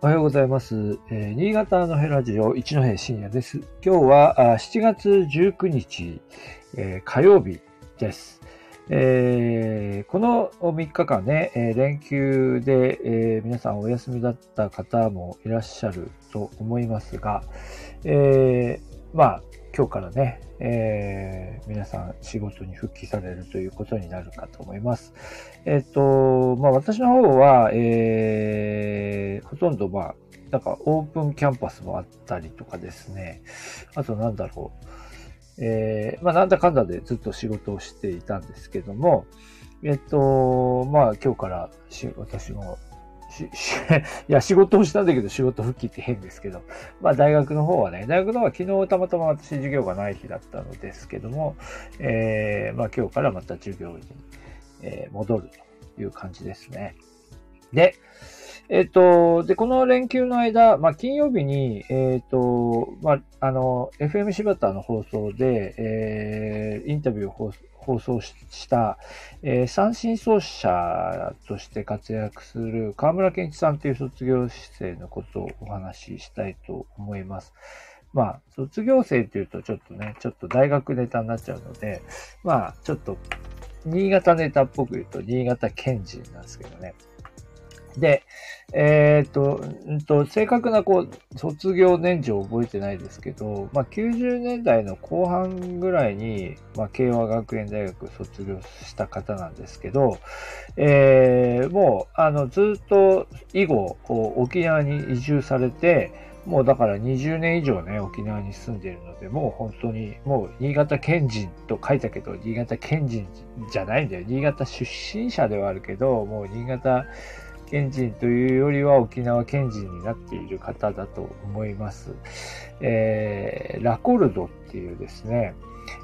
おはようございます。新潟のヘラジオ一戸深夜です。今日は7月19日、火曜日です。この3日間ね、連休で、皆さんお休みだった方もいらっしゃると思いますが、今日からね、皆さん仕事に復帰されるということになるかと思います。私の方は、ほとんどなんかオープンキャンパスもあったりとかですね。あとなんだろう。なんだかんだでずっと仕事をしていたんですけども、今日から私もいや、仕事をしたんだけど、仕事復帰って変ですけど、大学の方は昨日たまたま私授業がない日だったのですけども、今日からまた授業に、戻るという感じですね。で、この連休の間、金曜日に、FM 柴田の放送で、インタビューを放送した、三振奏者として活躍する河村健一さんという卒業生のことをお話ししたいと思います。卒業生というとちょっと大学ネタになっちゃうので、ちょっと新潟ネタっぽく言うと新潟県人なんですけどね。で、正確な卒業年次を覚えてないですけど、90年代の後半ぐらいに、慶和学園大学卒業した方なんですけど、もう、ずっと以後、沖縄に移住されて、もうだから20年以上ね、沖縄に住んでいるので、もう本当に、もう新潟県人と書いたけど、新潟県人じゃないんだよ。新潟出身者ではあるけど、もう新潟県人というよりは沖縄県人になっている方だと思います。ラコルドっていうですね、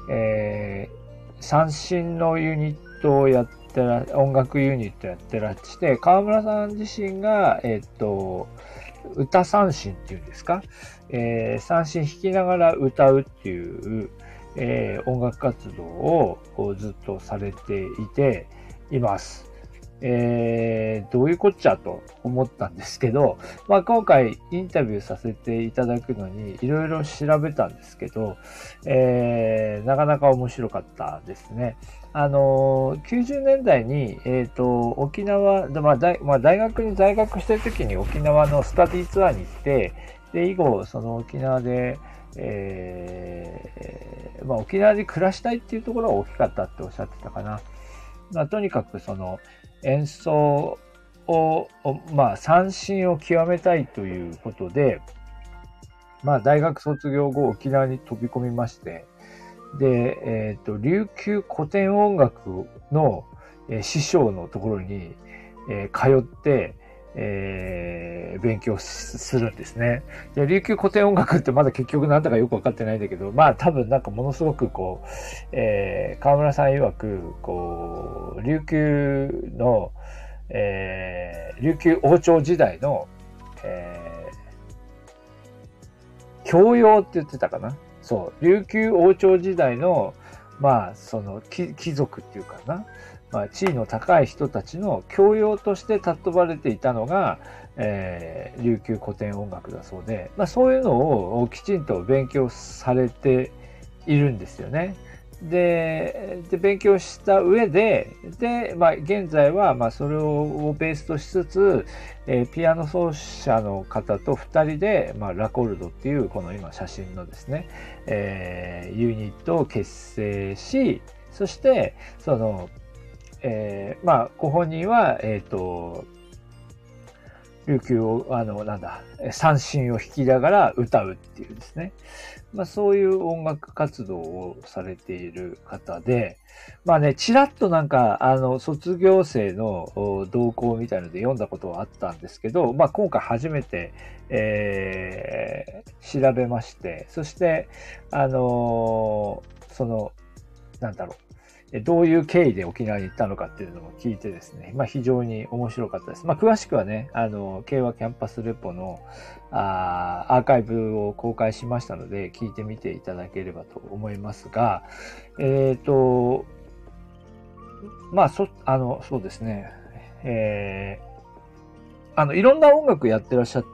三振のユニットを音楽ユニットやってらして、河村さん自身が、歌三振っていうんですか、三振弾きながら歌うっていう、音楽活動をずっとされています。どういうこっちゃと思ったんですけど、今回インタビューさせていただくのにいろいろ調べたんですけど、なかなか面白かったですね。90年代に、沖縄、大学に在学してる時に沖縄のスタディツアーに行って、で、以後、その沖縄で、沖縄で暮らしたいっていうところが大きかったっておっしゃってたかな。とにかくその演奏を、三振を極めたいということで、大学卒業後沖縄に飛び込みまして、で、琉球古典音楽の、師匠のところに、通って、勉強するんですね。で、琉球古典音楽ってまだ結局なんだかよくわかってないんだけど、多分なんかものすごく河村さん曰く、琉球の、琉球王朝時代の、教養って言ってたかな。そう、琉球王朝時代の、その貴族っていうかな。地位の高い人たちの教養として尊ばれていたのが、琉球古典音楽だそうで、そういうのをきちんと勉強されているんですよね。で、勉強した上で、現在は、それをベースとしつつ、ピアノ奏者の方と2人で、ラコルドっていう、この今写真のですね、ユニットを結成し、そして、ご本人は、琉球を、三振を弾きながら歌うっていうですね。そういう音楽活動をされている方で、ちらっと卒業生の動向みたいので読んだことはあったんですけど、今回初めて、調べまして、そして、どういう経緯で沖縄に行ったのかっていうのも聞いてですね、非常に面白かったです。詳しくはね、慶和キャンパスレポのアーカイブを公開しましたので、聞いてみていただければと思いますが、そうですね、 いろんな音楽やってらっしゃって、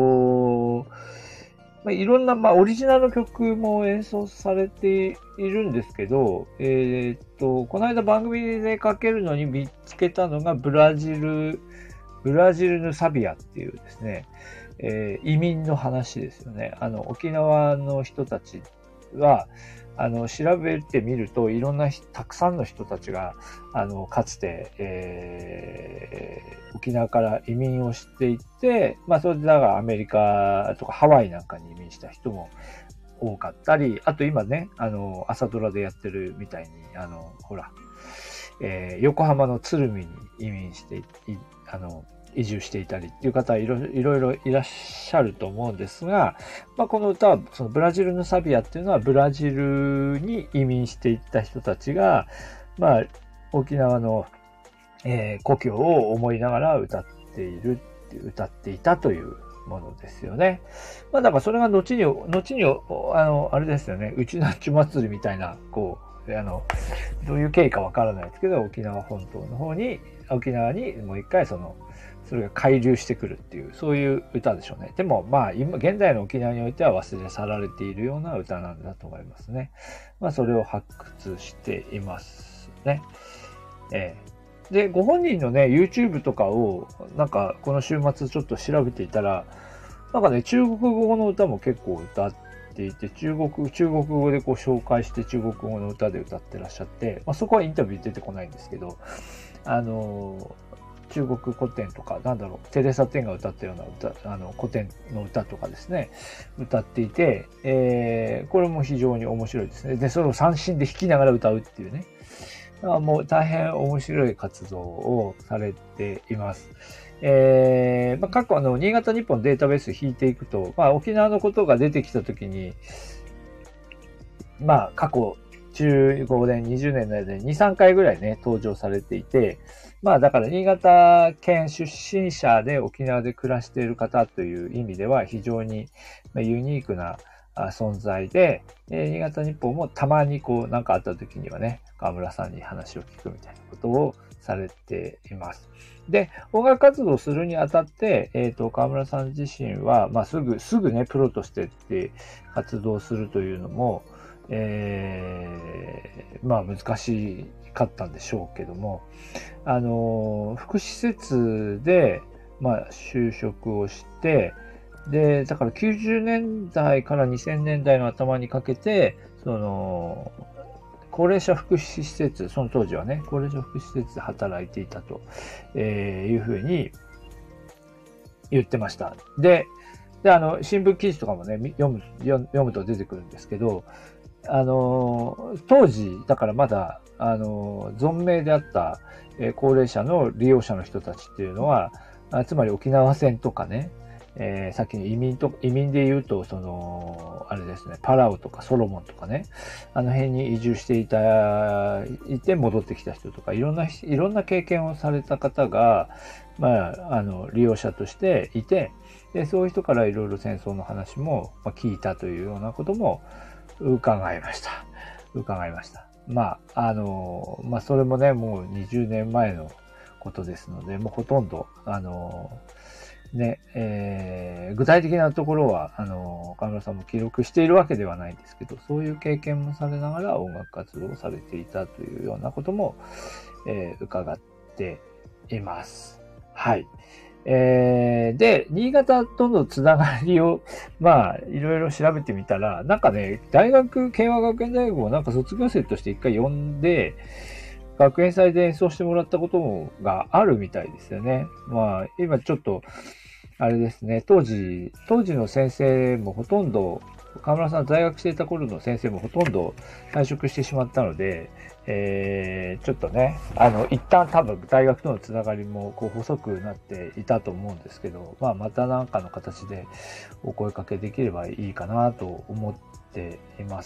いろんな、オリジナル曲も演奏されているんですけど、この間番組でかけるのに見つけたのがブラジルのサビアっていうですね、移民の話ですよね。沖縄の人たちは、調べてみると、いろんなたくさんの人たちが、かつて、沖縄から移民をしていって、それでだからアメリカとかハワイなんかに移民した人も多かったり、あと今ね、朝ドラでやってるみたいに、ほら、横浜の鶴見に移民して移住していたりっていう方はいろいろいらっしゃると思うんですが、この歌は、そのブラジルのサビアっていうのはブラジルに移民していった人たちが、沖縄の、故郷を思いながら歌っていたというものですよね。だからそれが後に、あれですよね、うちなっち祭りみたいな、どういう経緯かわからないですけど、沖縄本島の方に、沖縄にもう一回それが回流してくるっていう、そういう歌でしょうね。でも、今、現在の沖縄においては忘れ去られているような歌なんだと思いますね。それを発掘していますね。で、ご本人のね、YouTube とかを、この週末ちょっと調べていたら、中国語の歌も結構歌っていて、中国語で紹介して中国語の歌で歌ってらっしゃって、そこはインタビュー出てこないんですけど、中国古典とか、テレサ・テンが歌ったような歌、古典の歌とかですね、歌っていて、これも非常に面白いですね。で、それを三振で弾きながら歌うっていうね。もう大変面白い活動をされています。過去新潟日本データベース引いていくと、沖縄のことが出てきたときに、過去15年、20年の間に2、3回ぐらいね、登場されていて、だから新潟県出身者で沖縄で暮らしている方という意味では非常にユニークな存在で、新潟日報もたまに何かあった時にはね、川村さんに話を聞くみたいなことをされています。で、音楽活動をするにあたって、川村さん自身は、すぐね、プロとしてって活動するというのも、難しかったんでしょうけども、福祉施設で、就職をして、で、だから90年代から2000年代の頭にかけて、高齢者福祉施設、その当時はね、高齢者福祉施設で働いていたと、いうふうに言ってました。で、新聞記事とかもね、読むと出てくるんですけど、当時、だからまだ、存命であった、高齢者の利用者の人たちっていうのは、つまり沖縄戦とかね、さっきの移民で言うと、あれですね、パラオとかソロモンとかね、辺に移住していて戻ってきた人とか、いろんな経験をされた方が、利用者としていて、で、そういう人からいろいろ戦争の話も聞いたというようなことも伺いました。それもね、もう20年前のことですので、もうほとんど、具体的なところは、川村さんも記録しているわけではないんですけど、そういう経験もされながら音楽活動をされていたというようなことも、伺っています。はい。で、新潟とのつながりを、いろいろ調べてみたら、慶和学園大学を卒業生として一回呼んで、学園祭で演奏してもらったことがあるみたいですよね。今ちょっと、あれですね、当時の先生もほとんど、川村さん在学していた頃の先生もほとんど退職してしまったので、ちょっとね、一旦多分大学とのつながりも細くなっていたと思うんですけど、また何かの形でお声かけできればいいかなと思っています。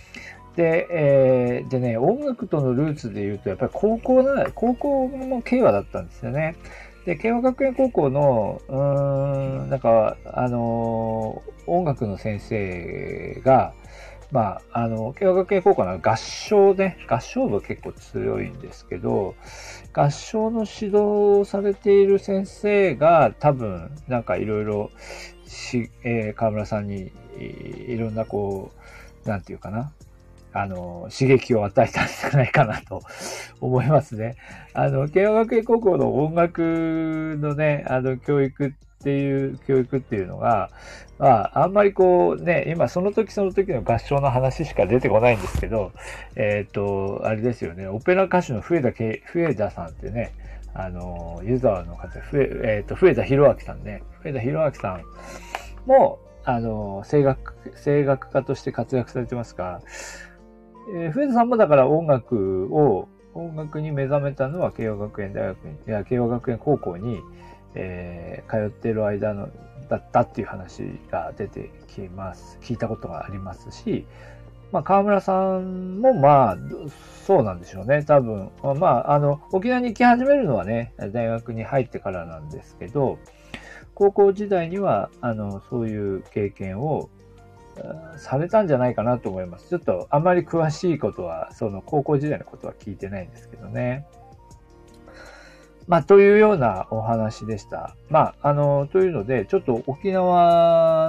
でね、音楽とのルーツで言うと、やっぱり高校も慶和だったんですよね。で、慶和学園高校の、音楽の先生が、 慶応学園高校の合唱部結構強いんですけど、合唱の指導をされている先生が多分、なんかいろいろ河村さんにいろんななんていうかな、刺激を与えたんじゃないかなと思いますね。慶応学園高校の音楽のね、教育っていうのが、あんまり今その時その時の合唱の話しか出てこないんですけど、あれですよね、オペラ歌手の笛田さんってね、湯沢の方、笛田博明さんね、笛田博明さんも、声楽家として活躍されてますが、笛田さんもだから音楽に目覚めたのは慶応学園高校に、通っている間だったっていう話が出てきます。聞いたことがありますし、河村さんもそうなんでしょうね。多分、沖縄に行き始めるのはね、大学に入ってからなんですけど、高校時代には、そういう経験をされたんじゃないかなと思います。ちょっとあまり詳しいことは、その高校時代のことは聞いてないんですけどね。というようなお話でした。というので、ちょっと沖縄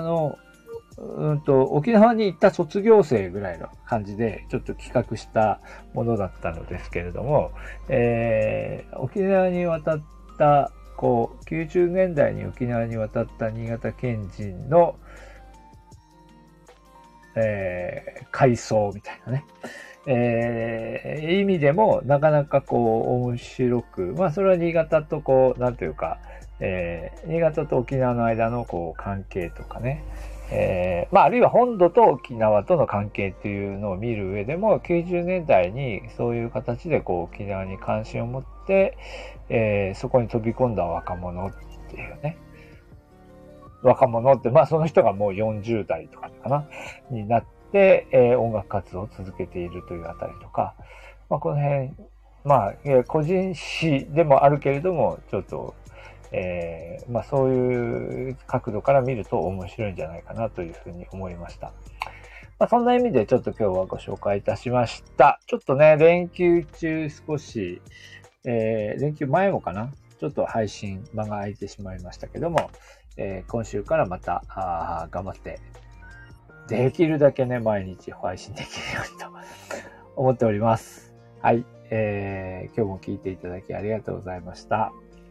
に行った卒業生ぐらいの感じで、ちょっと企画したものだったのですけれども、沖縄に渡った、90年代に沖縄に渡った新潟県人の、回想みたいなね。意味でもなかなか面白く、それは新潟となんというか、新潟と沖縄の間の関係とかね、あるいは本土と沖縄との関係っていうのを見る上でも、90年代にそういう形で沖縄に関心を持って、そこに飛び込んだ若者っていうね。若者って、その人がもう40代とかかな、になって、音楽活動を続けているというあたりとか、この辺、個人誌でもあるけれども、ちょっと、そういう角度から見ると面白いんじゃないかなというふうに思いました。そんな意味でちょっと今日はご紹介いたしました。ちょっとね、連休中少し、連休前もかな、ちょっと配信間が空いてしまいましたけども、今週からまた頑張ってできるだけね毎日配信できるようにと思っております。はい、今日も聞いていただきありがとうございました。